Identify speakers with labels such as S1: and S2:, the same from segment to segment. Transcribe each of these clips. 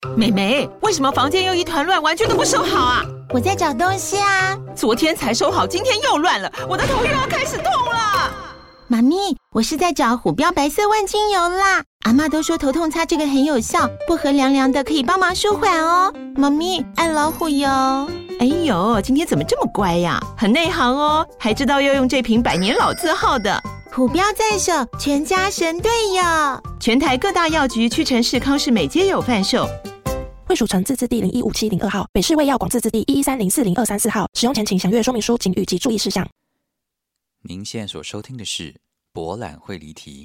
S1: 妹妹，为什么房间又一团乱，完全都不收好啊？
S2: 我在找东西啊。
S1: 昨天才收好，今天又乱了，我的头又要开始痛了。
S2: 妈咪，我是在找虎标白色万金油啦。阿嬷都说头痛擦这个很有效，薄荷凉凉的，可以帮忙舒缓哦。妈咪，爱老虎油。
S1: 哎呦，今天怎么这么乖呀？很内行哦，还知道要用这瓶百年老字号的。
S2: 虎标在手，全家神队友。
S1: 全台各大药局、屈臣氏、康士美皆有贩售。
S3: 惠蜀城自治地015702号，北市卫药广自治地113040234号。使用前请详阅说明书警语及注意事项。
S4: 您现在所收听的是博览会离题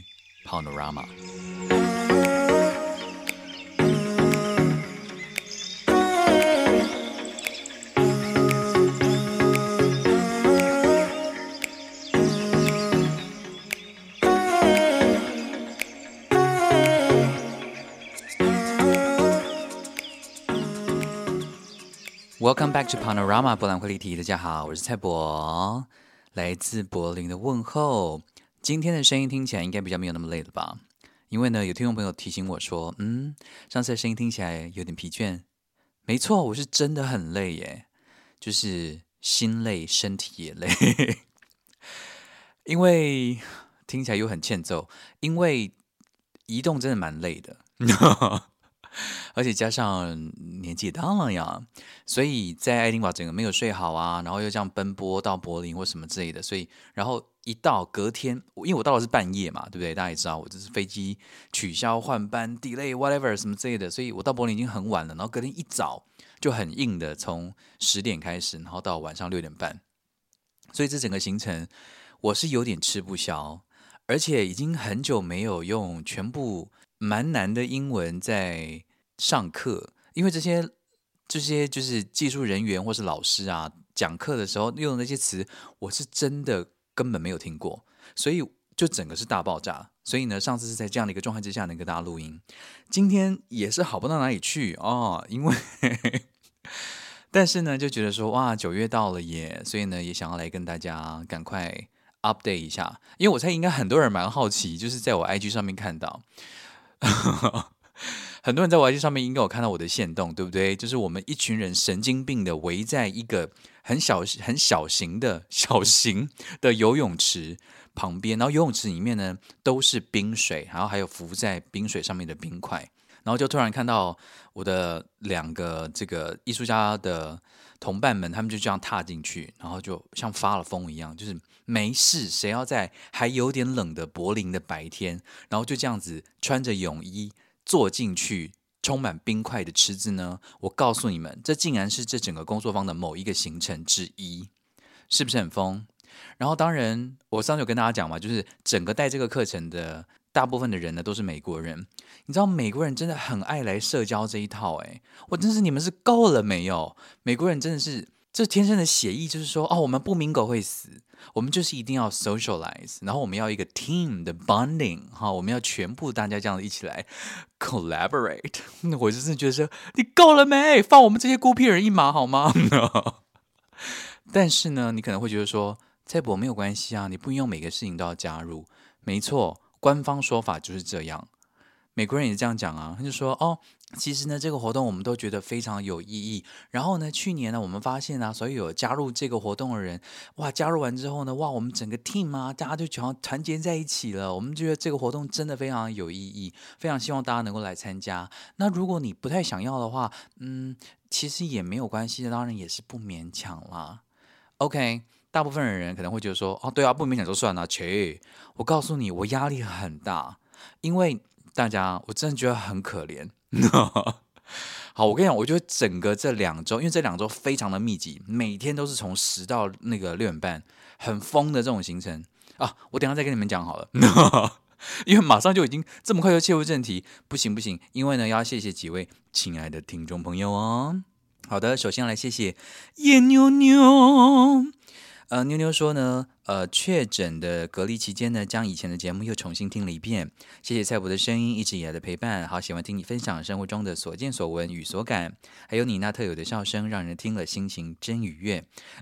S4: Panorama。Welcome back to Panorama 博览会离题，大家好，我是蔡博，来自柏林的问候。今天的声音听起来应该比较没有那么累了吧？因为呢，有听众朋友提醒我说，上次的声音听起来有点疲倦。没错，我是真的很累耶，就是心累，身体也累。因为听起来又很欠揍，因为移动真的蛮累的。而且加上年纪也大了呀，所以在爱丁堡整个没有睡好啊，然后又这样奔波到柏林或什么之类的，所以然后一到隔天，因为我到的是半夜嘛，对不对？大家也知道我这是飞机取消、换班、delay whatever 什么之类的，所以我到柏林已经很晚了，然后隔天一早就很硬的从10点开始，然后到晚上6点半，所以这整个行程我是有点吃不消，而且已经很久没有用全部蛮难的英文在上课，因为这些就是技术人员或是老师啊，讲课的时候用的那些词，我是真的根本没有听过，所以就整个是大爆炸。所以呢，上次是在这样的一个状态之下能跟大家录音，今天也是好不到哪里去哦，因为但是呢，就觉得说哇，9月到了耶，所以呢，也想要来跟大家赶快 update 一下，因为我猜应该很多人蛮好奇，就是在我 IG 上面看到。很多人在我 IG 上面应该有看到我的限动，对不对？就是我们一群人神经病的围在一个很小型的游泳池旁边，然后游泳池里面呢都是冰水，然后还有浮在冰水上面的冰块，然后就突然看到我的2个这个艺术家的同伴们，他们就这样踏进去，然后就像发了疯一样，就是没事，谁要在还有点冷的柏林的白天，然后就这样子穿着泳衣坐进去充满冰块的池子呢？我告诉你们，这竟然是这整个工作坊的某一个行程之一，是不是很疯？然后当然我上次有跟大家讲嘛，就是整个带这个课程的大部分的人呢都是美国人，你知道美国人真的很爱来社交这一套，我真是你们是够了没有？美国人真的是这天生的血液，就是说我们不鸣狗会死，我们就是一定要 socialize， 然后我们要一个 team 的 bonding， 我们要全部大家这样一起来 collaborate。 我就是觉得说你够了没？放我们这些孤僻人一马好吗？但是呢，你可能会觉得说蔡博没有关系啊，你不用每个事情都要加入。没错，官方说法就是这样，美国人也这样讲啊，他就说其实呢这个活动我们都觉得非常有意义，然后呢去年呢我们发现啊，所有加入这个活动的人，哇，加入完之后呢，哇，我们整个 team 啊，大家就好像团结在一起了，我们觉得这个活动真的非常有意义，非常希望大家能够来参加。那如果你不太想要的话，其实也没有关系的，当然也是不勉强啦。OK， 大部分的人可能会觉得说对啊，不勉强就算了，切，我告诉你，我压力很大，因为大家我真的觉得很可怜。好，我跟你讲，我觉得整个这2周，因为这2周非常的密集，每天都是从10到那个6点半，很疯的这种行程啊。我等一下再跟你们讲好了。因为马上就已经这么快就切入正题，不行，因为呢要谢谢几位亲爱的听众朋友哦。好的，首先来谢谢叶妞妞。妞妞说呢，确诊的隔离期间呢，将以前的节目又重新听了一遍。谢谢蔡博的声音一直以来的陪伴，好喜欢听你分享生活中的所见所闻与所感，还有你那特有的笑声，让人听了心情真愉悦。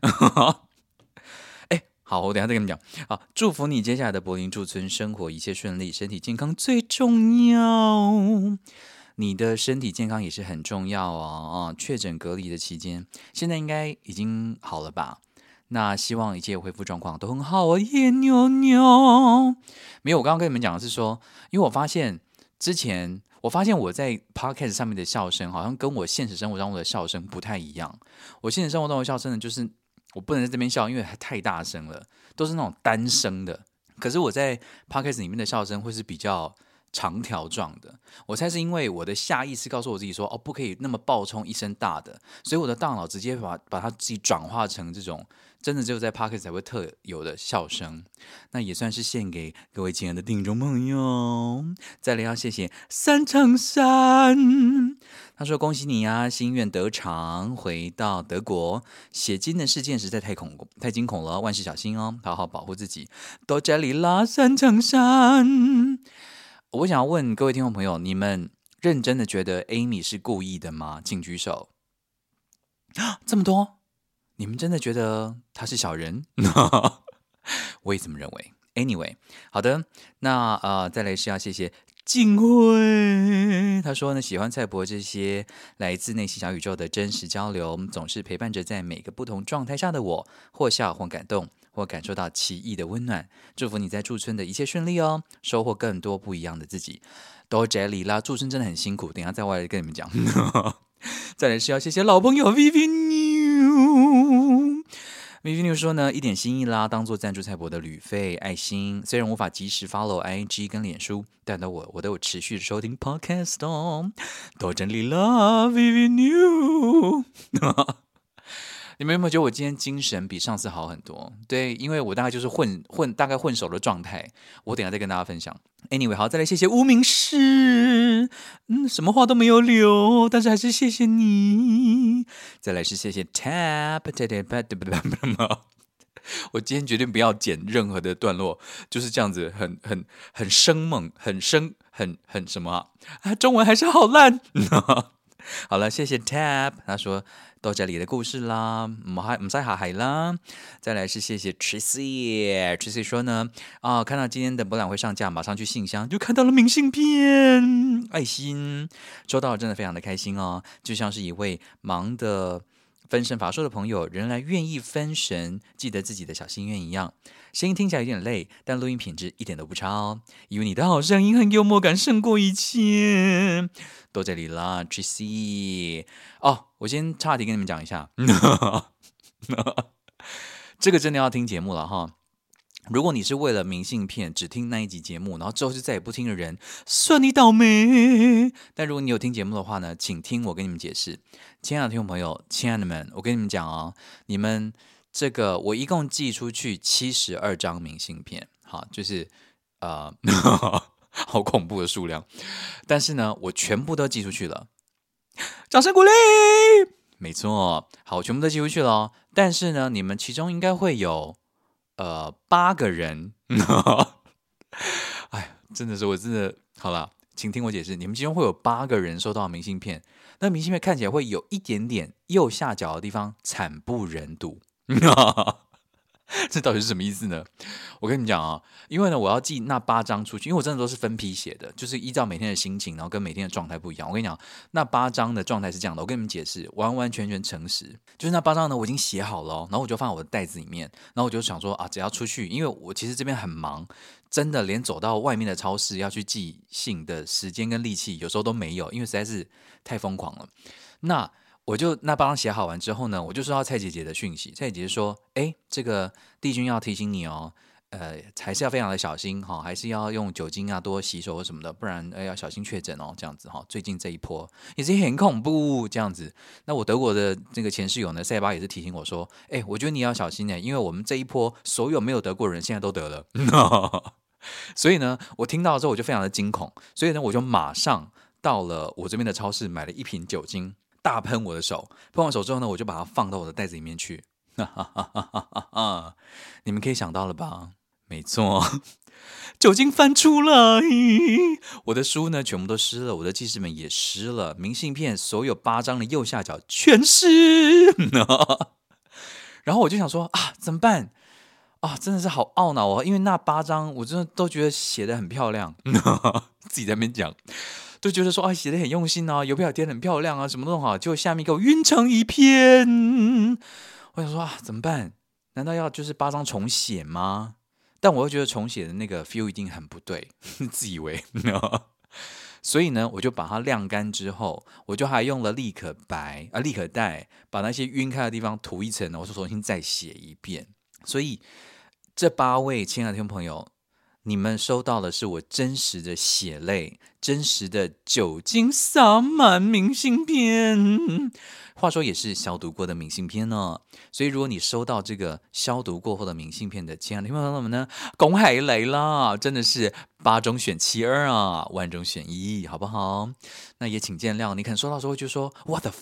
S4: 好，我等一下再跟你讲。好，祝福你接下来的柏林驻村生活一切顺利，身体健康最重要。 你的身体健康也是很重要哦。确诊隔离的期间，现在应该已经好了吧？那希望一切恢复状况都很好哦，耶妞妞。没有，我刚刚跟你们讲的是说，因为我发现我在 podcast 上面的笑声好像跟我现实生活当中的笑声不太一样。我现实生活中的笑声呢，就是我不能在这边笑，因为太大声了，都是那种单声的。可是我在 podcast 里面的笑声会是比较长条状的，我猜是因为我的下意识告诉我自己说，不可以那么爆冲一声大的，所以我的大脑直接把它自己转化成这种真的只有在 podcast 才会特有的笑声。那也算是献给各位亲爱的听众朋友。再来要谢谢三乘三，他说恭喜你啊，心愿得偿，回到德国。血金的事件实在太惊恐了，万事小心哦，好好保护自己。到这里啦，三乘三。我想要问各位听众朋友，你们认真的觉得 Amy 是故意的吗？请举手。这么多，你们真的觉得他是小人？我也这么认为。Anyway， 好的，那再来是要谢谢静慧，他说呢，喜欢蔡伯这些来自内心小宇宙的真实交流，总是陪伴着在每个不同状态下的我，或笑或感动，或感受到奇异的温暖。祝福你在驻村的一切顺利哦，收获更多不一样的自己。多谢你啦，驻村真的很辛苦，等一下再我来跟你们讲。再来是要谢谢老朋友 Vivi 说呢，一点心意啦，当做赞助蔡伯的旅费，爱心。虽然无法及时 follow IG 跟脸书，但我都有持续收听 podcast 哦。多谢你啦 Vivi New。你们有没有觉得我今天精神比上次好很多？对，因为我大概就是大概混熟的状态，我等一下再跟大家分享。Anyway， 好，再来谢谢无名氏，什么话都没有留，但是还是谢谢你。再来是谢谢 Tap， 我今天决定不要剪任何的段落，就是这样子，很生猛，很什么啊？中文还是好烂。好了，谢谢 Tap， 他说到这里的故事啦，唔使下海啦。再来是谢谢 Tracy 说呢，看到今天的博览会上架，马上去信箱就看到了明信片，爱心收到了，真的非常的开心哦，就像是一位忙的分身乏术的朋友仍然愿意分神记得自己的小心愿一样。声音听起来有点累，但录音品质一点都不差哦，因为你的好声音和幽默感胜过一切。都这里啦 Tracy。 我先岔题跟你们讲一下这个真的要听节目了哈。如果你是为了明信片只听那一集节目，然后之后就再也不听的人，算你倒霉。但如果你有听节目的话呢，请听我跟你们解释。亲爱的听众朋友，亲爱的们，我跟你们讲哦，你们这个我一共寄出去72张明信片，好，就是好恐怖的数量，但是呢，我全部都寄出去了，掌声鼓励。没错，好，全部都寄出去了，但是呢，你们其中应该会有8个人，哎，真的是我真的好了，请听我解释，你们其中会有8个人收到明信片，那明信片看起来会有一点点右下角的地方惨不忍睹。这到底是什么意思呢？我跟你们讲啊，因为呢，我要寄那8张出去，因为我真的都是分批写的，就是依照每天的心情，然后跟每天的状态不一样。我跟你讲，那8张的状态是这样的，我跟你们解释，完完全全诚实。就是那8张呢，我已经写好了，然后我就放在我的袋子里面，然后我就想说只要出去，因为我其实这边很忙，真的连走到外面的超市要去寄信的时间跟力气，有时候都没有，因为实在是太疯狂了。我就那8张写好完之后呢，我就收到蔡姐姐的讯息。蔡姐姐说：“这个帝君要提醒你哦，还是要非常的小心哈，还是要用酒精多洗手或什么的，不然要小心确诊哦。这样子哈，最近这一波也是很恐怖这样子。那我德国的这个前室友呢，塞巴也是提醒我说，我觉得你要小心因为我们这一波所有没有得过人现在都得了。所以呢，我听到之后我就非常的惊恐，所以呢，我就马上到了我这边的超市买了1瓶酒精。”大喷我的手，喷完手之后呢，我就把它放到我的袋子里面去。你们可以想到了吧？没错，酒精翻出来，我的书呢全部都湿了，我的记事本也湿了，明信片所有8张的右下角全湿。然后我就想说怎么办？真的是好懊恼因为那8张我真的都觉得写得很漂亮，自己在那边讲。 都觉得说写得很用心啊，油票贴得很漂亮啊，什么都好，结果下面给我晕成一片。我想说怎么办？难道要就是8张重写吗？但我又觉得重写的那个 feel 一定很不对，自以为。所以呢，我就把它晾干之后，我就还用了立可带把那些晕开的地方涂一层，我就重新再写一遍。所以这8位亲爱的听众朋友，你们收到的是我真实的血泪，真实的酒精洒满明信片。话说也是消毒过的明信片呢，所以如果你收到这个消毒过后的明信片的亲爱的听众朋友们呢，恭喜你啦，真的是8中选7二啊，万中选1，好不好？那也请见谅，你可能收到的时候就说 What the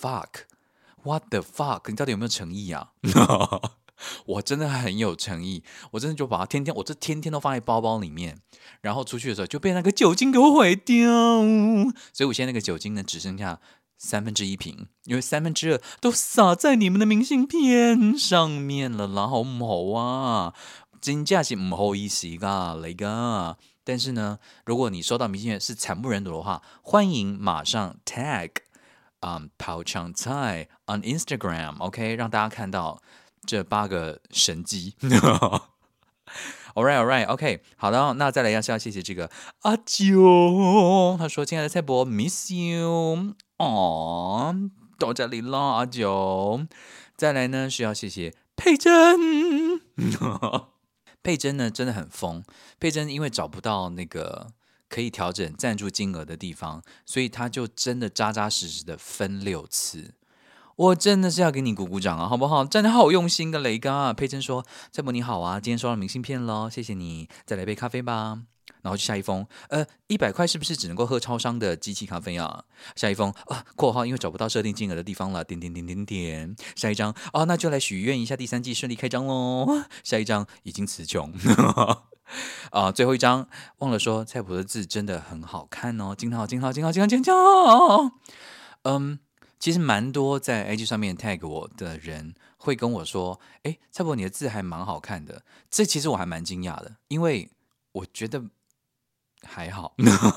S4: fuck， 你到底有没有诚意啊？我真的很有诚意，我真的就把它天天都放在包包里面，然后出去的时候就被那个酒精给我毁掉，所以我现在那个酒精呢只剩下1/3瓶，因为2/3都洒在你们的明信片上面了啦，好唔好啊？真的是唔好意思噶，嚟噶。但是呢，如果你收到明信片是惨不忍睹的话，欢迎马上 tag 跑场菜 on Instagram，OK， 让大家看到这8个神迹。All right, OK， 好的，那再来要谢谢这个阿九，他说：“亲爱的蔡伯 ，miss you， 到这里了，阿九。”再来呢是要谢谢佩珍，佩珍呢真的很疯，佩珍因为找不到那个可以调整赞助金额的地方，所以他就真的扎扎实实的分6次。我真的是要给你鼓鼓掌啊，好不好？真的好用心的雷哥。佩珍说：“蔡伯你好啊，今天收到明信片咯，谢谢你，再来杯咖啡吧。”然后就下一封，100块是不是只能够喝超商的机器咖啡啊？下一封括号因为找不到设定金额的地方了，点。下一张那就来许愿一下第3季顺利开张咯。下一张已经词穷。最后一张忘了说，蔡伯的字真的很好看哦，惊叹号。其实蛮多在 IG 上面 tag 我的人会跟我说，蔡伯你的字还蛮好看的，这其实我还蛮惊讶的，因为我觉得还好。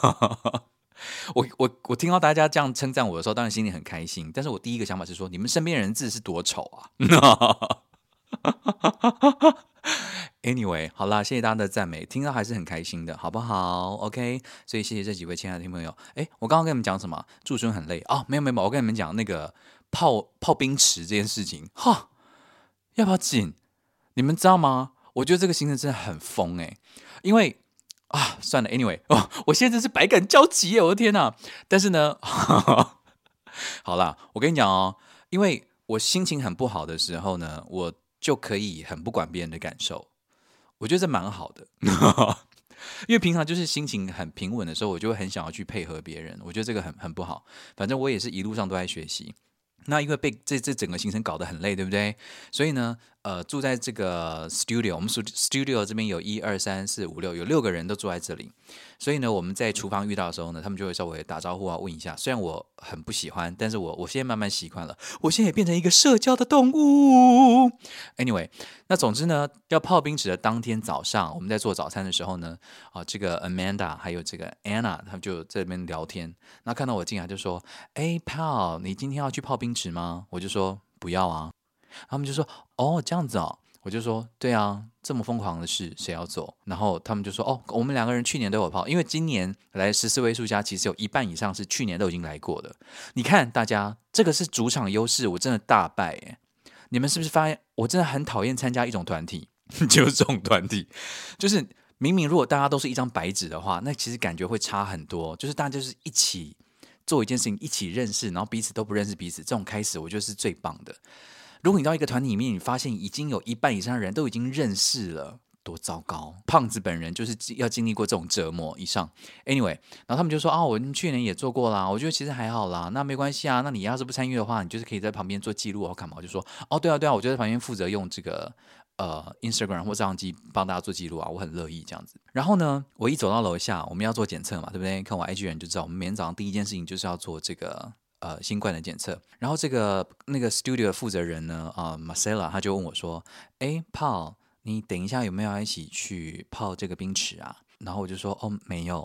S4: 我听到大家这样称赞我的时候，当然心里很开心，但是我第一个想法是说，你们身边人的字是多丑啊。Anyway， 好啦，谢谢大家的赞美，听到还是很开心的，好不好 ？OK， 所以谢谢这几位亲爱的听众朋友。我刚刚跟你们讲什么？驻村很累没有，我跟你们讲那个泡冰池这件事情，要不要紧？你们知道吗？我觉得这个行程真的很疯因为算了 ，Anyway， 我现在真是百感交集耶，我的天哪！但是呢，好啦，我跟你讲因为我心情很不好的时候呢，我就可以很不管别人的感受。我觉得这蛮好的，因为平常就是心情很平稳的时候，我就会很想要去配合别人，我觉得这个很不好。反正我也是一路上都在学习。那因为被这整个行程搞得很累，对不对？所以呢，住在这个 studio， 我们 studio 这边有1、2、3、4、5、6，有6个人都住在这里。所以呢，我们在厨房遇到的时候呢，他们就会稍微打招呼问一下。虽然我很不喜欢，但是我现在慢慢习惯了。我现在也变成一个社交的动物。Anyway， 那总之呢，要泡冰池的当天早上，我们在做早餐的时候呢，这个 Amanda 还有这个 Anna， 他们就在这边聊天。那看到我进来就说：“Pal， 你今天要去泡冰池吗？”我就说：“不要啊。”他们就说：“这样子哦。”我就说：“对啊，这么疯狂的事谁要做？”然后他们就说：“我们2个人去年都有泡，因为今年来14位数家，其实有1半以上是去年都已经来过的。你看大家，这个是主场优势，我真的大败耶！你们是不是发现我真的很讨厌参加一种团体？就是这种团体，就是明明如果大家都是一张白纸的话，那其实感觉会差很多。就是大家就是一起做一件事情，一起认识，然后彼此都不认识彼此，这种开始我觉得是最棒的。如果你到一个团体里面，你发现已经有1半以上的人都已经认识了，多糟糕！胖子本人就是要经历过这种折磨以上。Anyway， 然后他们就说我们去年也做过啦，我觉得其实还好啦，那没关系啊。那你要是不参与的话，你就是可以在旁边做记录干嘛？我就说对啊，我就在旁边负责用这个Instagram 或照相机帮大家做记录我很乐意这样子。然后呢，我一走到楼下，我们要做检测嘛，对不对？看我 IG 人就知道，我们每天早上第一件事情就是要做这个新冠的检测。然后那个 studio 的负责人呢Marcella 他就问我说：“Paul， 你等一下有没有要一起去泡这个冰池啊？”然后我就说：“没有。”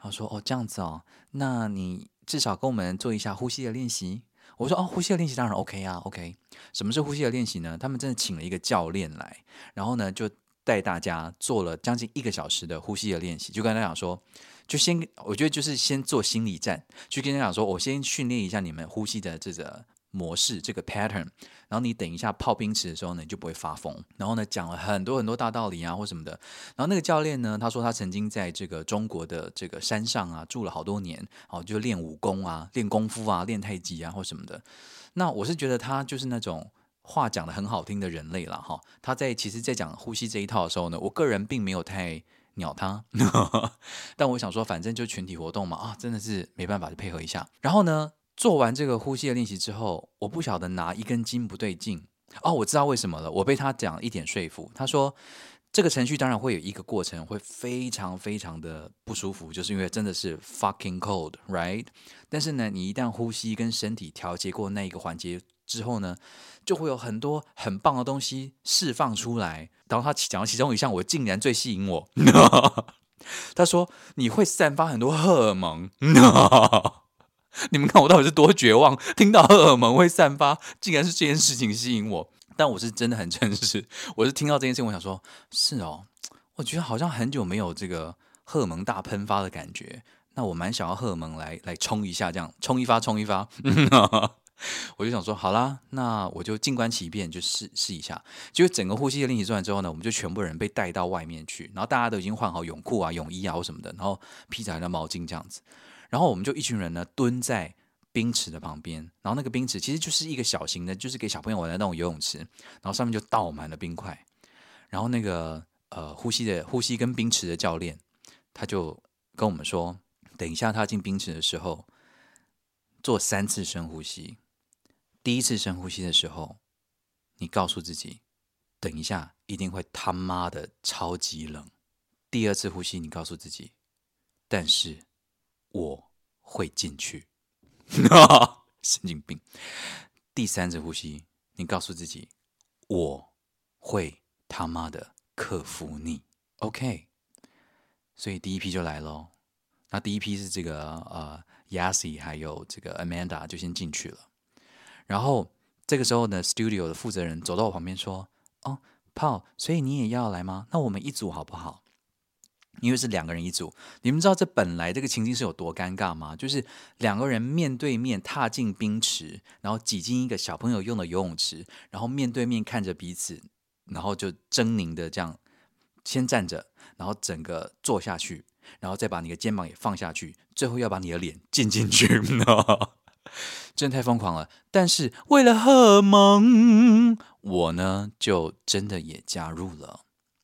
S4: 他说哦这样子哦，那你至少跟我们做一下呼吸的练习。我说哦，呼吸的练习当然 OK 啊 ，OK。什么是呼吸的练习呢？他们真的请了一个教练来，然后呢就带大家做了将近1个小时的呼吸的练习，就跟他讲说，我觉得就是先做心理战，就跟他讲说，我先训练一下你们呼吸的这个模式，这个 pattern， 然后你等一下泡冰池的时候呢，你就不会发疯。然后呢，讲了很多很多大道理啊或什么的。然后那个教练呢，他说他曾经在这个中国的这个山上啊住了好多年，就练武功啊、练功夫啊、练太极啊或什么的。那我是觉得他就是那种话讲的很好听的人类啦哈。他其实在讲呼吸这一套的时候呢，我个人并没有太鸟他，但我想说，反正就群体活动嘛，真的是没办法就配合一下。然后呢，做完这个呼吸的练习之后，我不晓得哪一根筋不对劲我知道为什么了，我被他讲一点说服。他说这个程序当然会有一个过程，会非常非常的不舒服，就是因为真的是 fucking cold, right？ 但是呢，你一旦呼吸跟身体调节过那一个环节之后呢，就会有很多很棒的东西释放出来。然后他讲到其中一项，我竟然最吸引我。他说你会散发很多荷尔蒙。你们看我到底是多绝望，听到荷尔蒙会散发，竟然是这件事情吸引我。但我是真的很诚实，我是听到这件事情，我想说，是哦，我觉得好像很久没有这个荷尔蒙大喷发的感觉，那我蛮想要荷尔蒙来冲一下，这样冲一发。我就想说，好啦，那我就静观其变，就试一下。结果整个呼吸的练习做完之后呢，我们就全部人被带到外面去，然后大家都已经换好泳裤啊、泳衣啊或什么的，然后披着的毛巾这样子，然后我们就一群人呢蹲在冰池的旁边，然后那个冰池其实就是一个小型的，就是给小朋友玩的那种游泳池，然后上面就倒满了冰块。然后那个呼吸跟冰池的教练，他就跟我们说，等一下他进冰池的时候，做3次深呼吸。第一次深呼吸的时候，你告诉自己，等一下一定会他妈的超级冷。第二次呼吸，你告诉自己，但是我会进去。神经病。第3次呼吸，你告诉自己，我会他妈的克服你。 OK， 所以第一批就来咯。那第一批是这个Yassi 还有这个 Amanda 就先进去了。然后这个时候呢 ，Studio 的负责人走到我旁边说：“哦，Paul，所以你也要来吗？那我们一组好不好？”因为是2个人一组，你们知道这本来这个情境是有多尴尬吗？就是2个人面对面踏进冰池，然后挤进一个小朋友用的游泳池，然后面对面看着彼此，然后就狰狞的这样先站着，然后整个坐下去，然后再把你的肩膀也放下去，最后要把你的脸浸进去。真的太疯狂了。但是为了荷尔蒙，我呢就真的也加入了。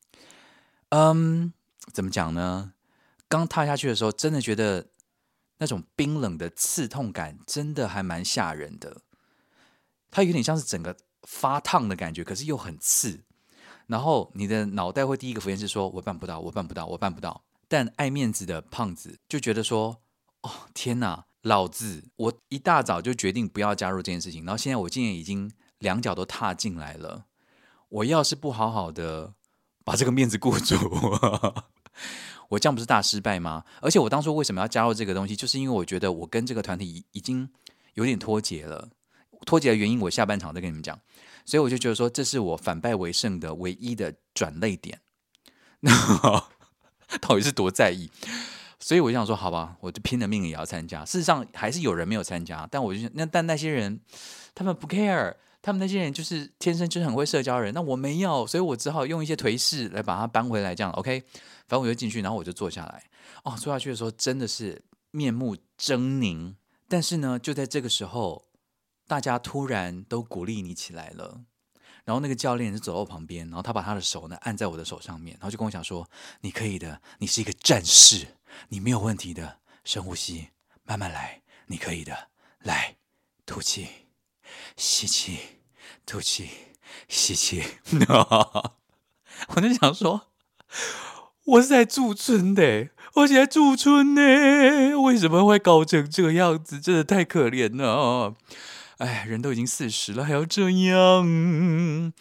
S4: 怎么讲呢？刚踏下去的时候，真的觉得那种冰冷的刺痛感真的还蛮吓人的。它有点像是整个发烫的感觉，可是又很刺。然后你的脑袋会第一个浮现是说，我办不到。但爱面子的胖子就觉得说，哦天哪，老子我一大早就决定不要加入这件事情，然后现在我竟然已经2脚都踏进来了，我要是不好好的把这个面子顾住，我这样不是大失败吗？而且我当初为什么要加入这个东西，就是因为我觉得我跟这个团体已经有点脱节了。脱节的原因我下半场再跟你们讲。所以我就觉得说，这是我反败为胜的唯一的转捩点。到底是多在意？所以我就想说，好吧，我就拼了命也要参加。事实上还是有人没有参加，但那些人他们不 care， 他们那些人就是天生就是很会社交的人，那我没有，所以我只好用一些颓势来把它搬回来。这样 OK， 反正我就进去，然后我就坐下来。坐下去的时候真的是面目狰狞，但是呢，就在这个时候，大家突然都鼓励你起来了。然后那个教练就走到我旁边，然后他把他的手呢按在我的手上面，然后就跟我讲说，你可以的，你是一个战士，你没有问题的，深呼吸，慢慢来，你可以的，来，吐气，吸气，吐气，吸气。我就想说，我是在驻村的，我是在驻村呢，为什么会搞成这个样子？真的太可怜了。哎，人都已经40了，还要这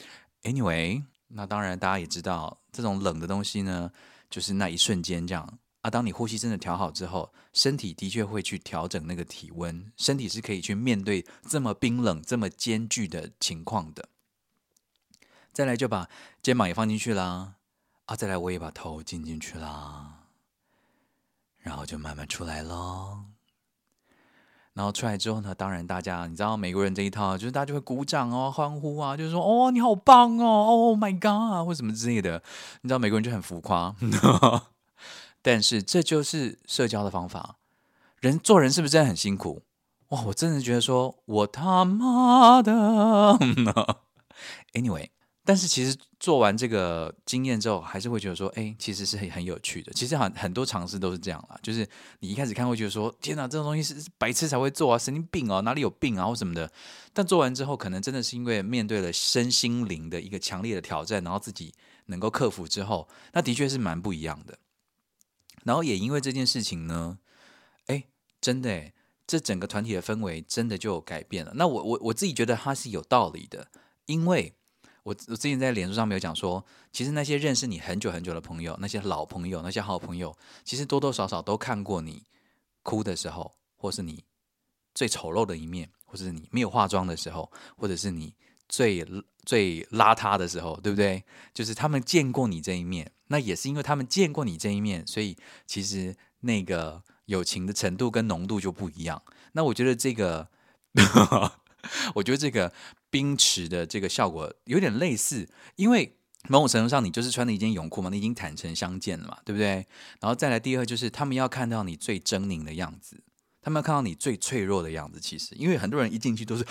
S4: 样。Anyway， 那当然大家也知道，这种冷的东西呢，就是那一瞬间这样啊，当你呼吸真的调好之后，身体的确会去调整那个体温，身体是可以去面对这么冰冷、这么艰巨的情况的。再来就把肩膀也放进去啦，啊，再来我也把头浸进去啦，然后就慢慢出来咯。然后出来之后呢，当然大家你知道美国人这一套，就是大家就会鼓掌哦、欢呼啊，就是说哦你好棒哦，Oh my god 或什么之类的，你知道美国人就很浮夸。但是这就是社交的方法。做人是不是真的很辛苦？哇，我真的觉得说我他妈的anyway。但是其实做完这个经验之后，还是会觉得说，其实是很有趣的。其实很多尝试都是这样啦，就是你一开始看会觉得说，天哪，这种东西是白痴才会做啊，神经病啊，哪里有病啊或什么的。但做完之后，可能真的是因为面对了身心灵的一个强烈的挑战，然后自己能够克服之后，那的确是蛮不一样的。然后也因为这件事情呢，真的这整个团体的氛围真的就有改变了。那我自己觉得它是有道理的，因为我之前在脸书上面有讲说，其实那些认识你很久很久的朋友，那些老朋友，那些好朋友，其实多多少少都看过你哭的时候，或是你最丑陋的一面，或是你没有化妆的时候，或者是你最邋遢的时候，对不对？就是他们见过你这一面，那也是因为他们见过你这一面，所以其实那个友情的程度跟浓度就不一样。那我觉得这个我觉得这个冰池的这个效果有点类似，因为某种程度上你就是穿了一件泳裤嘛，你已经坦诚相见了嘛，对不对？然后再来第二就是他们要看到你最狰狞的样子，他们要看到你最脆弱的样子。其实因为很多人一进去都是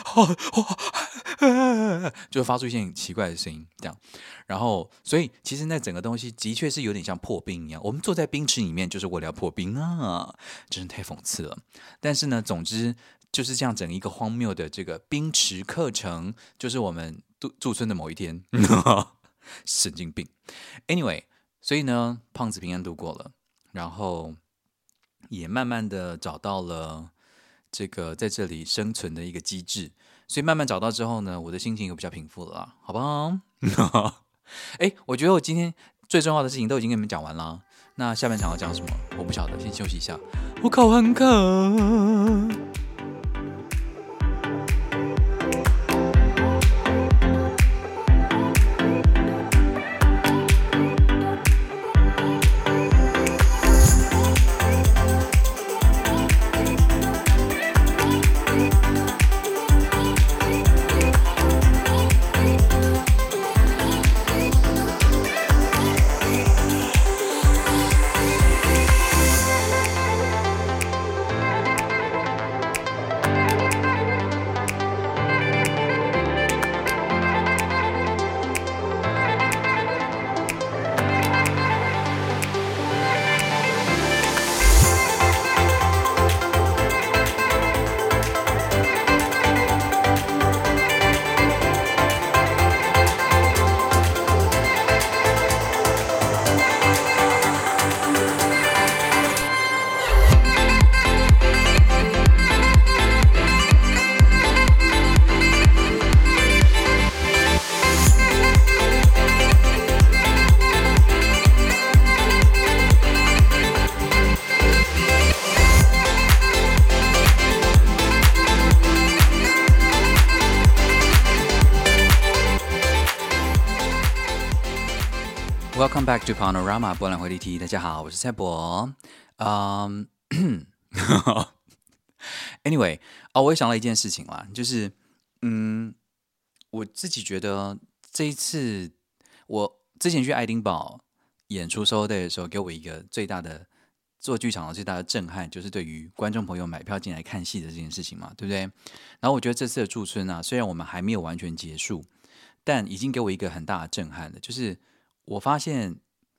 S4: 就发出一些很奇怪的声音这样，然后所以其实那整个东西的确是有点像破冰一样，我们坐在冰池里面就是为了要破冰啊，真是太讽刺了。但是呢，总之就是这样整一个荒谬的这个冰池课程，就是我们驻村的某一天神经病 anyway， 所以呢胖子平安度过了，然后也慢慢的找到了这个在这里生存的一个机制，所以慢慢找到之后呢，我的心情又比较平复了啦，好不好？我觉得我今天最重要的事情都已经跟你们讲完了，那下半场要讲什么我不晓得，先休息一下，我口很渴。Welcome back to Panorama 波兰回力题，大家好，我是蔡博。Anyway， 我也想到一件事情啦，就是我自己觉得这一次我之前去爱丁堡演出 Solo Day 的时候，给我一个最大的做剧场的最大的震撼，就是对于观众朋友买票进来看戏的这件事情嘛，对不对？然后我觉得这次的驻村啊，虽然我们还没有完全结束，但已经给我一个很大的震撼了，就是我发现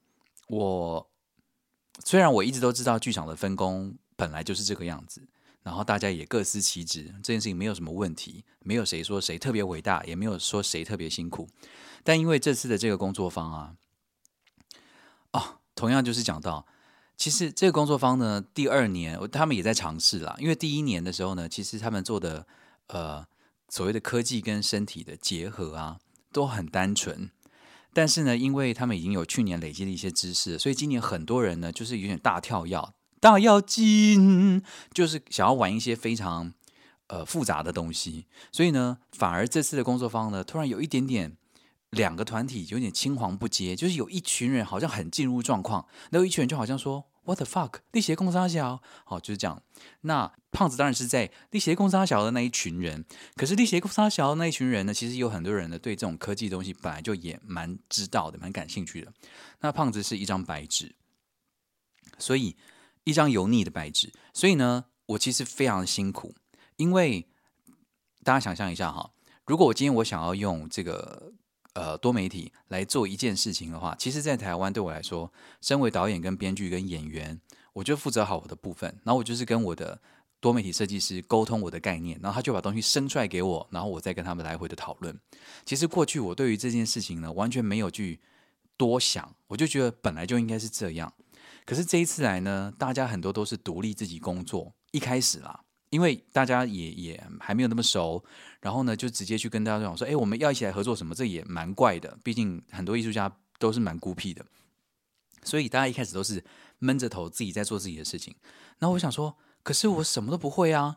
S4: 虽然我一直都知道剧场的分工本来就是这个样子，然后大家也各司其职，这件事情没有什么问题，没有谁说谁特别伟大，也没有说谁特别辛苦。但因为这次的这个工作坊啊，同样就是讲到，其实这个工作坊呢，第2年他们也在尝试啦，因为第1年的时候呢，其实他们做的所谓的科技跟身体的结合啊，都很单纯。 但是呢，因为他们已经有去年累积的一些知识，所以今年很多人呢就是有点大跳跃、大跃进，就是想要玩一些非常复杂的东西。所以呢，反而这次的工作坊呢，突然有一点点两个团体有点青黄不接，就是有一群人好像很进入状况，然后一群人就好像说 What the fuck， 力协共三小，好，就是这样。那胖子当然是在力协共三小的那一群人，可是力协共三小的那一群人呢，其实有很多人呢对这种科技的东西本来就也蛮知道的，蛮感兴趣的。那胖子是一张白纸，所以一张油腻的白纸，所以呢，我其实非常的辛苦，因为大家想象一下哈，如果我今天我想要用这个多媒体来做一件事情的话，其实在台湾对我来说，身为导演跟编剧跟演员，我就负责好我的部分，然后我就是跟我的多媒体设计师沟通我的概念，然后他就把东西生出来给我，然后我再跟他们来回的讨论。其实过去我对于这件事情呢，完全没有去多想，我就觉得本来就应该是这样。可是这一次来呢，大家很多都是独立自己工作，一开始啦，因为大家也还没有那么熟，然后呢就直接去跟大家讲说，我们要一起来合作什么，这也蛮怪的，毕竟很多艺术家都是蛮孤僻的，所以大家一开始都是闷着头自己在做自己的事情。然后我想说，可是我什么都不会啊，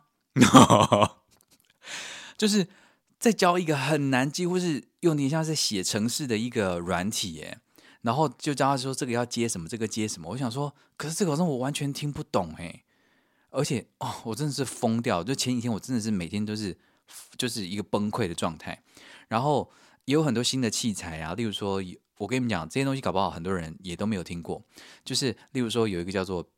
S4: 就是在教一个很难，几乎是用点像是写程式的一个软体耶，然后就教他说这个要接什么，这个接什么。我想说，可是这个好像我完全听不懂哎。而且我真的是疯掉！就前几天我真的是每天都是就是一个崩溃的状态，然后也有很多新的器材啊，例如说，我跟你们讲这些东西，搞不好很多人也都没有听过。就是例如说有一个叫做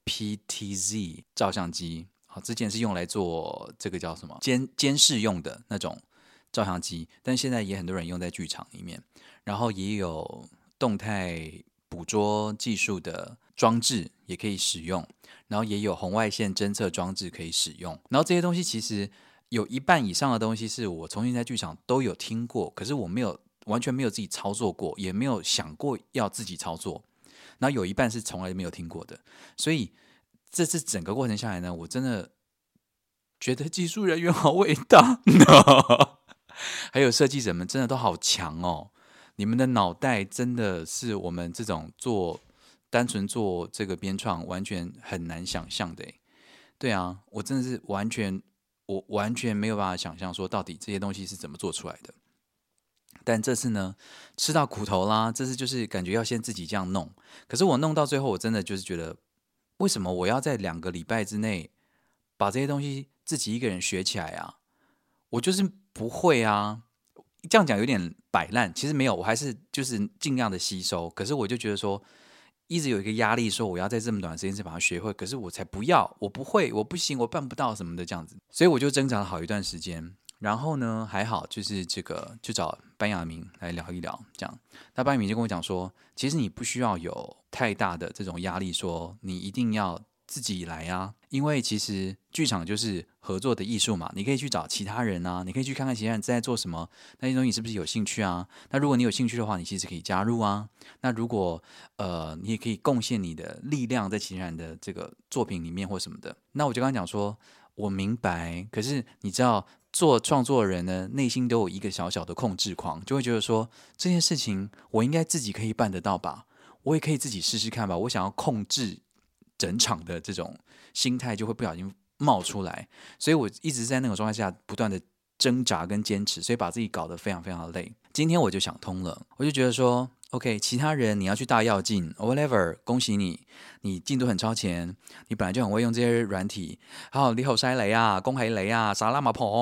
S4: PTZ 照相机，之前是用来做这个叫什么监视用的那种照相机，但现在也很多人用在剧场里面，然后也有动态捕捉技术的装置也可以使用，然后也有红外线侦测装置可以使用。然后这些东西其实有一半以上的东西是我重新在剧场都有听过，可是我完全没有自己操作过，也没有想过要自己操作。然后有一半是从来没有听过的，所以这次整个过程下来呢，我真的觉得技术人员好伟大还有设计者们真的都好强哦。你们的脑袋真的是我们这种单纯做这个编创完全很难想象的耶。对啊，我真的是完全没有办法想象说到底这些东西是怎么做出来的。但这次呢，吃到苦头啦，这次就是感觉要先自己这样弄。可是我弄到最后，我真的就是觉得，为什么我要在2个礼拜之内把这些东西自己一个人学起来啊？我就是不会啊。这样讲有点摆烂，其实没有，我还是就是尽量的吸收。可是我就觉得说，一直有一个压力，说我要在这么短的时间内把它学会，可是我才不要，我不会，我不行，我办不到什么的这样子。所以我就挣扎了好一段时间。然后呢，还好，就是这个就找班雅明来聊一聊，这样。那班雅明就跟我讲说，其实你不需要有太大的这种压力，说你一定要自己来啊，因为其实剧场就是合作的艺术嘛，你可以去找其他人啊，你可以去看看其他人在做什么，那些东西你是不是有兴趣啊？那如果你有兴趣的话，你其实可以加入啊。那如果你也可以贡献你的力量在其他人的这个作品里面或什么的。那我就跟他讲说，我明白，可是你知道做创作的人呢，内心都有一个小小的控制狂，就会觉得说这件事情我应该自己可以办得到吧，我也可以自己试试看吧，我想要控制整场的这种心态就会不小心冒出来，所以我一直在那种状态下不断的挣扎跟坚持，所以把自己搞得非常非常的累。今天我就想通了，我就觉得说 OK， 其他人你要去大跃进 whatever， 恭喜你，你进度很超前，你本来就很会用这些软体，好，你好犀利啊，恭喜你啊，沙拉马婆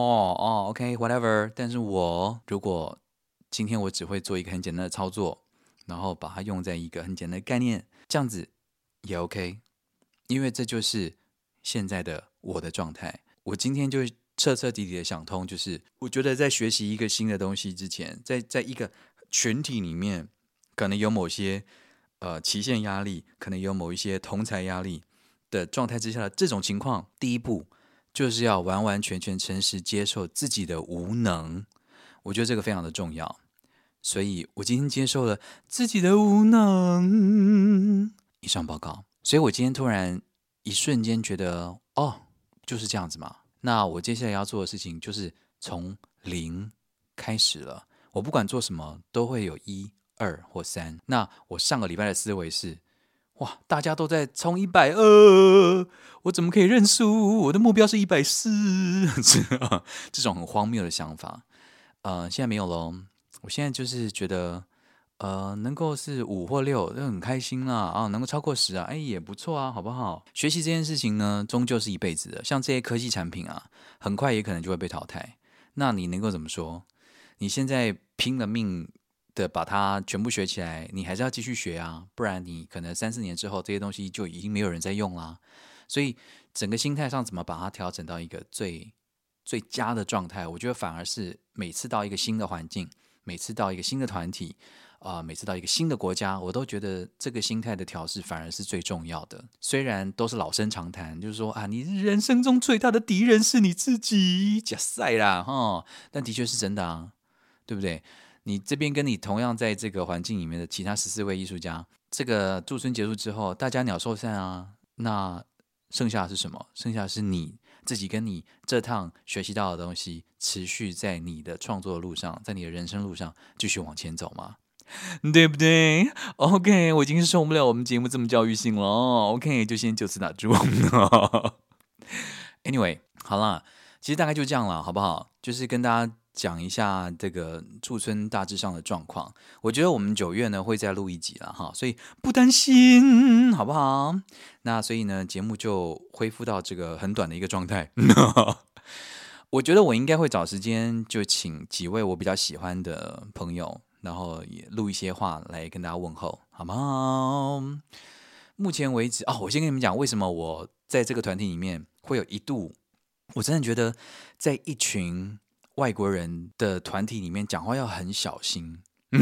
S4: OK whatever。 但是我如果今天我只会做一个很简单的操作，然后把它用在一个很简单的概念，这样子也 OK， 因为这就是现在的我的状态。我今天就彻彻底底的想通，就是我觉得在学习一个新的东西之前，在一个群体里面，可能有某些期限压力，可能有某一些同侪压力的状态之下的这种情况，第一步就是要完完全全诚实接受自己的无能。我觉得这个非常的重要，所以我今天接受了自己的无能。以上报告。所以我今天突然一瞬间觉得，就是这样子嘛。那我接下来要做的事情就是从0开始了。我不管做什么，都会有1、2、 2或3。那我上个礼拜的思维是，哇，大家都在冲120，我怎么可以认输？我的目标是140，这种很荒谬的想法。现在没有咯。我现在就是觉得，能够是5或6，就很开心啦啊，能够超过10啊，也不错啊，好不好？学习这件事情呢，终究是一辈子的。像这些科技产品啊，很快也可能就会被淘汰。那你能够怎么说？你现在拼了命的把它全部学起来，你还是要继续学啊，不然你可能3-4年之后，这些东西就已经没有人在用啦。所以整个心态上怎么把它调整到一个最佳的状态，我觉得反而是每次到一个新的环境，每次到一个新的团体，每次到一个新的国家，我都觉得这个心态的调试反而是最重要的。虽然都是老生常谈，就是说啊，你人生中最大的敌人是你自己，假赛啦哈，但的确是真的啊，对不对？你这边跟你同样在这个环境里面的其他14位艺术家，这个驻村结束之后，大家鸟兽散啊，那剩下的是什么？剩下的是你自己跟你这趟学习到的东西，持续在你的创作的路上，在你的人生路上继续往前走吗？对不对 ？OK， 我已经是受不了我们节目这么教育性了。OK， 就先就此打住。Anyway， 好啦，其实大概就这样了，好不好？就是跟大家讲一下这个驻村大致上的状况。我觉得我们9月呢会再录一集了哈，所以不担心，好不好？那所以呢，节目就恢复到这个很短的一个状态。我觉得我应该会找时间就请几位我比较喜欢的朋友，然后也录一些话来跟大家问候，好吗？目前为止，我先跟你们讲为什么我在这个团体里面会有一度，我真的觉得在一群外国人的团体里面讲话要很小心。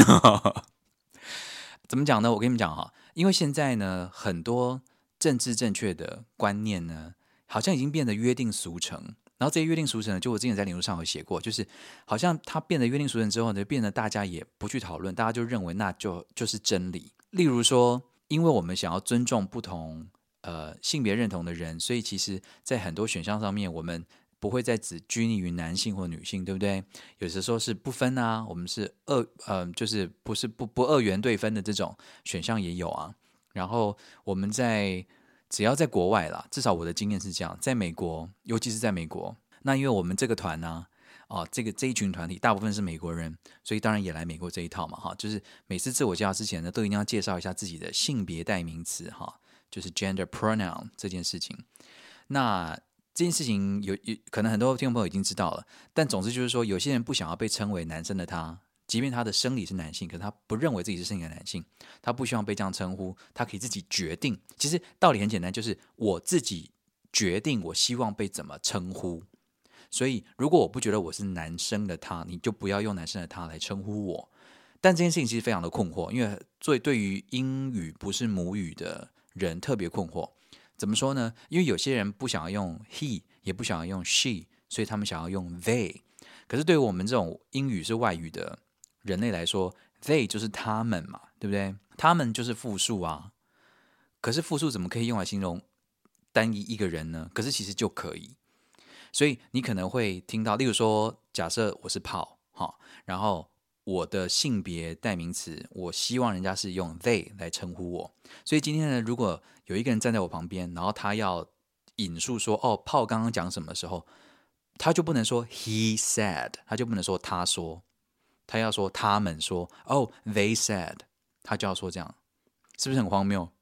S4: 怎么讲呢？我跟你们讲哈，因为现在呢，很多政治正确的观念呢，好像已经变得约定俗成。然后这些约定俗成呢，就我之前在脸书上有写过，就是好像它变得约定俗成之后呢，变得大家也不去讨论，大家就认为那就是真理。例如说，因为我们想要尊重不同性别认同的人，所以其实在很多选项上面，我们不会再只拘泥于男性或女性，对不对？有的时候是不分啊，我们是就是不是不二元对分的这种选项也有啊。然后我们只要在国外啦，至少我的经验是这样，在美国，尤其是在美国，那因为我们这个团呢，这一群团体大部分是美国人，所以当然也来美国这一套嘛，哈，就是每次自我介绍之前呢，都一定要介绍一下自己的性别代名词，哈，就是 gender pronoun 这件事情。那这件事情有可能很多听众朋友已经知道了，但总之就是说，有些人不想要被称为男生的他，即便他的生理是男性，可是他不认为自己是生理的男性，他不希望被这样称呼，他可以自己决定。其实道理很简单，就是我自己决定我希望被怎么称呼。所以如果我不觉得我是男生的他，你就不要用男生的他来称呼我。但这件事情其实非常的困惑，因为对于英语不是母语的人特别困惑。怎么说呢？因为有些人不想要用 he， 也不想要用 she， 所以他们想要用 they。可是对于我们这种英语是外语的人类来说， they 就是他们嘛，对不对？他们就是复数啊。可是复数怎么可以用来形容单一一个人呢？可是其实就可以。所以你可能会听到，例如说，假设我是炮，然后我的性别代名词，我希望人家是用 they 来称呼我。所以今天呢，如果有一个人站在我旁边，然后他要引述说，炮刚刚讲什么的时候，他就不能说 he said， 他就不能说他说，他要说他们说they said， 他就要说这样，是不是很荒谬？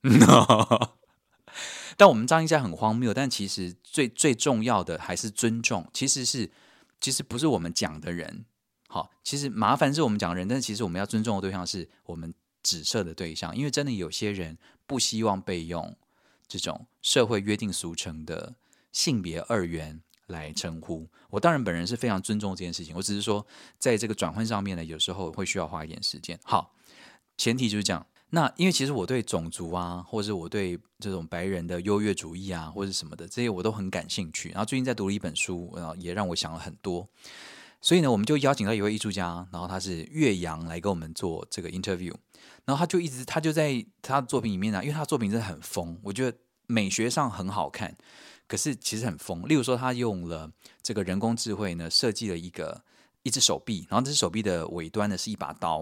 S4: 但我们这样一下很荒谬，但其实最重要的还是尊重。其实不是我们讲的人，好，其实麻烦是我们讲的人，但是其实我们要尊重的对象是我们指涉的对象，因为真的有些人不希望被用这种社会约定俗成的性别二元来称呼。我当然本人是非常尊重这件事情，我只是说在这个转换上面呢，有时候会需要花一点时间。好，前提就是这样。那因为其实我对种族啊，或者我对这种白人的优越主义啊，或者什么的，这些我都很感兴趣。然后最近在读了一本书，也让我想了很多。所以呢，我们就邀请到一位艺术家，然后他是岳阳来跟我们做这个 interview。然后他就在他的作品里面呢，因为他的作品真的很疯，我觉得美学上很好看，可是其实很疯。例如说，他用了这个人工智慧呢，设计了一只手臂，然后这只手臂的尾端呢是一把刀。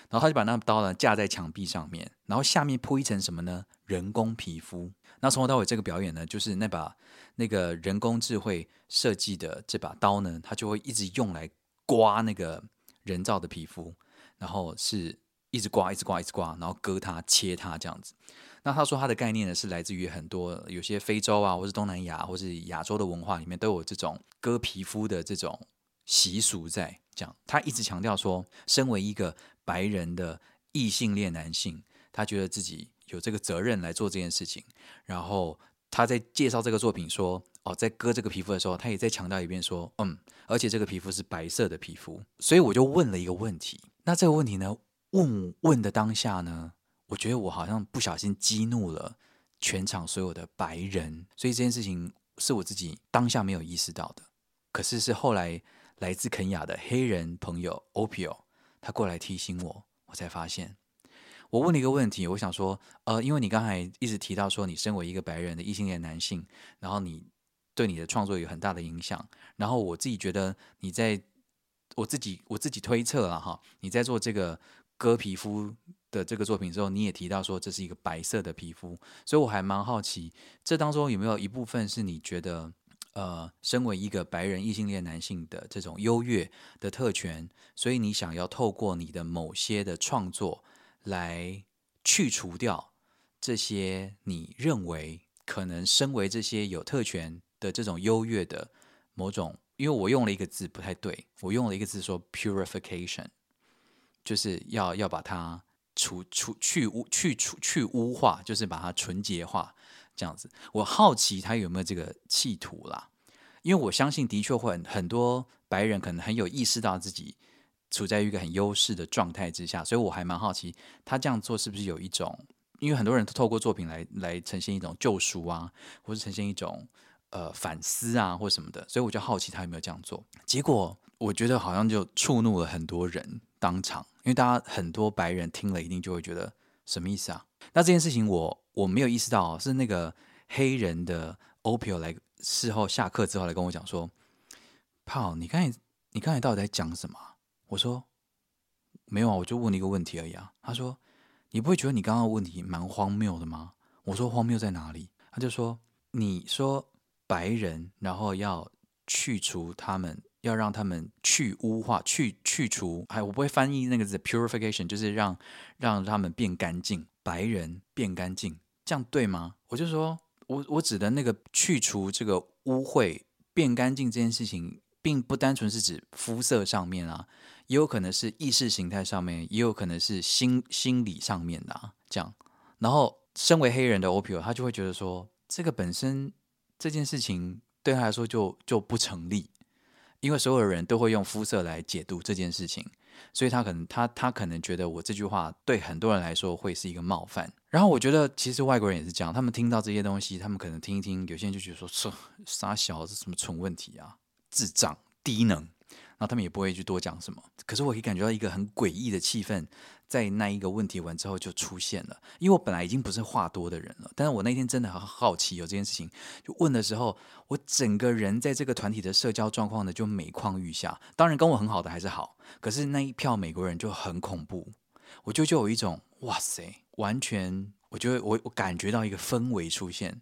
S4: 然后他就把那刀呢架在墙壁上面，然后下面铺一层什么呢？人工皮肤。那从头到尾这个表演呢，就是那个人工智慧设计的这把刀呢，它就会一直用来刮那个人造的皮肤，然后是一直刮，然后割它、切它这样子。那他说他的概念呢，是来自于很多有些非洲啊，或是东南亚，或是亚洲的文化里面都有这种割皮肤的这种习俗在。这样，他一直强调说，身为一个白人的异性恋男性，他觉得自己有这个责任来做这件事情。然后他在介绍这个作品说，在割这个皮肤的时候，他也再强调一遍说，而且这个皮肤是白色的皮肤。所以我就问了一个问题，那这个问题呢，问的当下呢，我觉得我好像不小心激怒了全场所有的白人，所以这件事情是我自己当下没有意识到的，可是是后来来自肯亚的黑人朋友 Opio 他过来提醒我，我才发现。我问了一个问题，我想说，因为你刚才一直提到说，你身为一个白人的异性恋男性，然后你对你的创作有很大的影响，然后我自己觉得你在我自己推测了哈，你在做这个割皮肤的这个作品之后，你也提到说这是一个白色的皮肤，所以我还蛮好奇，这当中有没有一部分是你觉得身为一个白人异性恋男性的这种优越的特权，所以你想要透过你的某些的创作来去除掉这些你认为可能身为这些有特权的这种优越的某种，因为我用了一个字不太对，我用了一个字说 purification， 就是要把它去污化，就是把它纯洁化这样子。我好奇他有没有这个企图啦，因为我相信的确会很多白人可能很有意识到自己处在一个很优势的状态之下，所以我还蛮好奇他这样做是不是有一种，因为很多人都透过作品来呈现一种救赎啊，或是呈现一种反思啊或什么的，所以我就好奇他有没有这样做。结果我觉得好像就触怒了很多人当场，因为大家很多白人听了一定就会觉得什么意思啊？那这件事情我没有意识到，是那个黑人的 Opio 来事后下课之后来跟我讲说，Paul，你刚才到底在讲什么？我说没有啊，我就问了一个问题而已啊。他说你不会觉得你刚刚的问题蛮荒谬的吗？我说荒谬在哪里？他就说你说白人然后要去除他们，要让他们去污化去除，我不会翻译那个字 purification， 就是让他们变干净，白人变干净，这样对吗？我就说我指的那个去除这个污秽变干净这件事情，并不单纯是指肤色上面啊，也有可能是意识形态上面，也有可能是心理上面的啊，这样。然后身为黑人的 Opio 他就会觉得说，这个本身这件事情对他来说就不成立，因为所有人都会用肤色来解读这件事情，所以他可能觉得我这句话对很多人来说会是一个冒犯。然后我觉得其实外国人也是这样，他们听到这些东西，他们可能听一听，有些人就觉得说傻小，这什么蠢问题啊，智障低能，然后他们也不会去多讲什么。可是我可以感觉到一个很诡异的气氛在那一个问题完之后就出现了，因为我本来已经不是话多的人了，但是我那天真的很好奇有这件事情，就问的时候，我整个人在这个团体的社交状况呢就每况愈下。当然跟我很好的还是好，可是那一票美国人就很恐怖，我就有一种哇塞，完全我觉得我感觉到一个氛围出现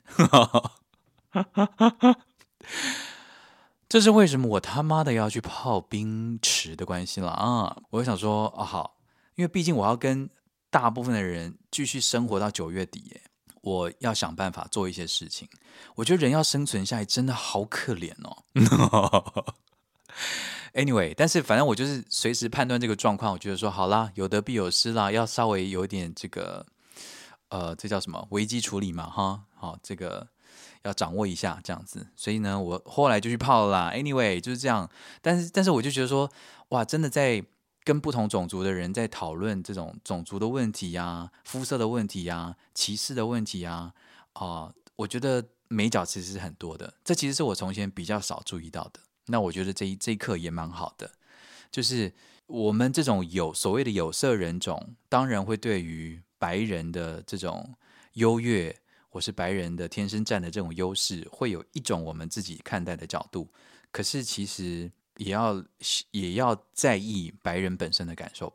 S4: 这是为什么我他妈的要去泡冰池的关系了啊！我就想说好，因为毕竟我要跟大部分的人继续生活到9月底耶，我要想办法做一些事情。我觉得人要生存下来真的好可怜哦。Anyway， 但是反正我就是随时判断这个状况，我觉得说好啦，有得必有失啦，要稍微有一点这个这叫什么危机处理嘛哈，好，这个要掌握一下这样子。所以呢，我后来就去泡了啦。Anyway， 就是这样。但是我就觉得说，哇，真的在跟不同种族的人在讨论这种种族的问题啊、肤色的问题啊、歧视的问题啊，我觉得美角其实是很多的。这其实是我从前比较少注意到的。那我觉得这一课也蛮好的，就是我们这种所谓的有色人种，当然会对于白人的这种优越，或是白人的天生占的这种优势，会有一种我们自己看待的角度。可是其实也要在意白人本身的感受吧。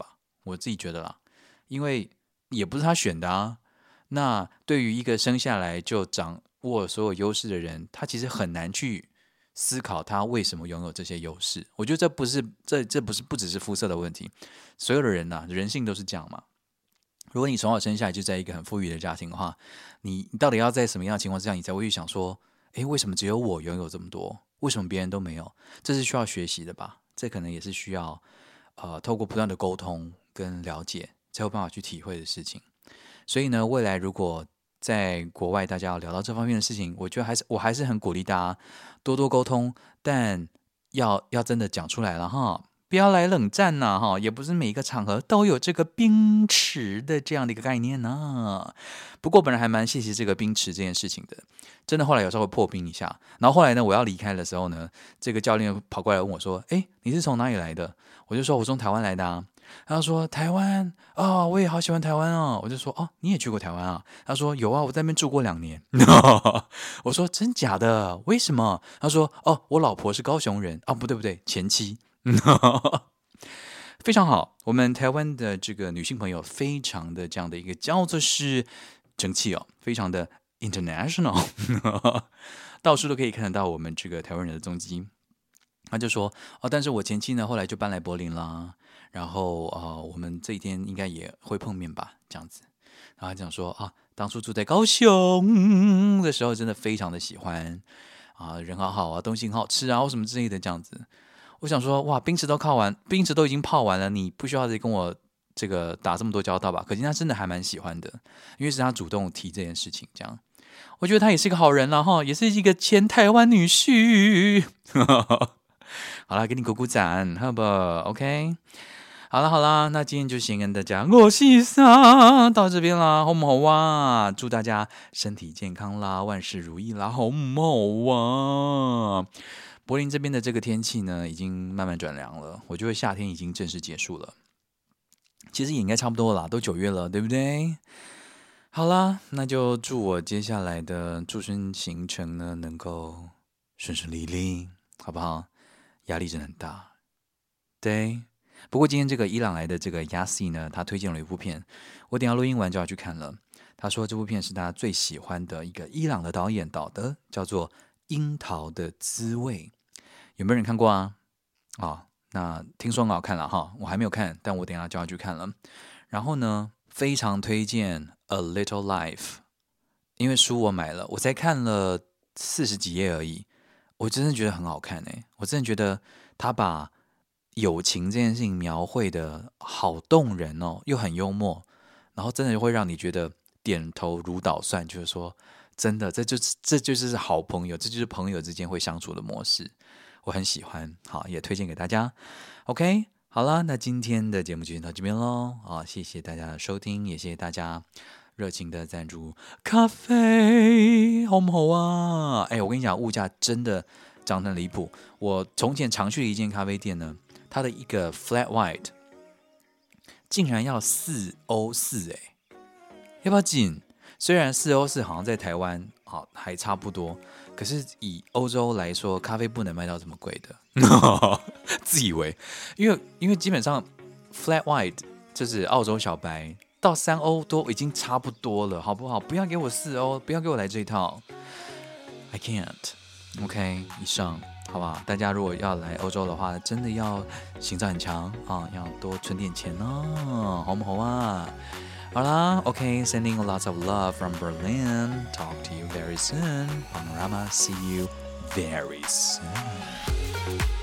S4: 我自己觉得啦，因为也不是他选的啊。那对于一个生下来就掌握所有优势的人，他其实很难去思考他为什么拥有这些优势。我觉得这不只是肤色的问题，所有的人啊，人性都是这样嘛。如果你从小生下来就在一个很富裕的家庭的话，你到底要在什么样的情况之下，你才会去想说，为什么只有我拥有这么多？为什么别人都没有？这是需要学习的吧？这可能也是需要透过不断的沟通跟了解，才有办法去体会的事情。所以呢，未来如果在国外大家要聊到这方面的事情，我觉得我还是很鼓励大家多多沟通，但要真的讲出来了哈，不要来冷战呐哈，也不是每一个场合都有这个冰池的这样的一个概念呢。不过本来还蛮谢谢这个冰池这件事情的，真的后来有时候会破冰一下。然后后来呢，我要离开的时候呢，这个教练跑过来问我说：“你是从哪里来的？”我就说：“我从台湾来的啊。”他说：“台湾哦，我也好喜欢台湾哦。”我就说：“哦，你也去过台湾啊？”他说：“有啊，我在那边住过2年。”我说：“真假的？为什么？”他说：“哦，我老婆是高雄人啊，不对，前妻。”非常好，我们台湾的这个女性朋友非常的这样的一个叫做是争气哦，非常的 international， 到处都可以看得到我们这个台湾人的踪迹。他就说：“哦，但是我前妻呢，后来就搬来柏林啦。然后我们这一天应该也会碰面吧，这样子。”然后他讲说：“啊，当初住在高雄的时候，真的非常的喜欢啊，人好好啊，东西很好吃啊，或什么之类的这样子。”我想说，哇，冰池都已经泡完了，你不需要再跟我这个打这么多交道吧？可见他真的还蛮喜欢的，因为是他主动提这件事情，这样，我觉得他也是一个好人啦哈，也是一个前台湾女婿。好啦，给你鼓鼓掌，好不好 ？OK。好啦，那今天就先跟大家我是啥到这边啦，好不好啊？祝大家身体健康啦，万事如意啦，好不好啊？柏林这边的这个天气呢，已经慢慢转凉了，我觉得夏天已经正式结束了。其实也应该差不多啦，都9月了，对不对？好啦，那就祝我接下来的驻村行程呢，能够顺顺利利，好不好？压力真的很大，对。不过今天这个伊朗来的这个 Yassi 呢，他推荐了一部片，我等一下录音完就要去看了。他说这部片是他最喜欢的一个伊朗的导演导的，叫做《樱桃的滋味》。有没有人看过啊？那听说很好看了哈，我还没有看，但我等一下就要去看了。然后呢，非常推荐《A Little Life》，因为书我买了，我才看了40几页而已，我真的觉得很好看我真的觉得他把友情这件事情描绘的好动人哦，又很幽默，然后真的会让你觉得点头如捣蒜，就是说真的，这就是好朋友，这就是朋友之间会相处的模式，我很喜欢，好，也推荐给大家。OK， 好了，那今天的节目就先到这边咯，谢谢大家的收听，也谢谢大家热情的赞助咖啡，好不好啊？我跟你讲，物价真的涨得离谱。我从前常去的一间咖啡店呢，它的一个 flat white 竟然要4欧4，要不要紧？虽然4欧4好像在台湾还差不多，可是以欧洲来说，咖啡不能卖到这么贵的，自以为，因为基本上 flat white 就是澳洲小白到3欧都已经差不多了，好不好？不要给我4欧，不要给我来这一套 ，I can't。OK， 以上。好吧，大家如果要来欧洲的话，真的要心脏很强要多存点钱哦，好不好啊？好啦 ，OK，sending lots of love from Berlin. Talk to you very soon. Panorama, see you very soon.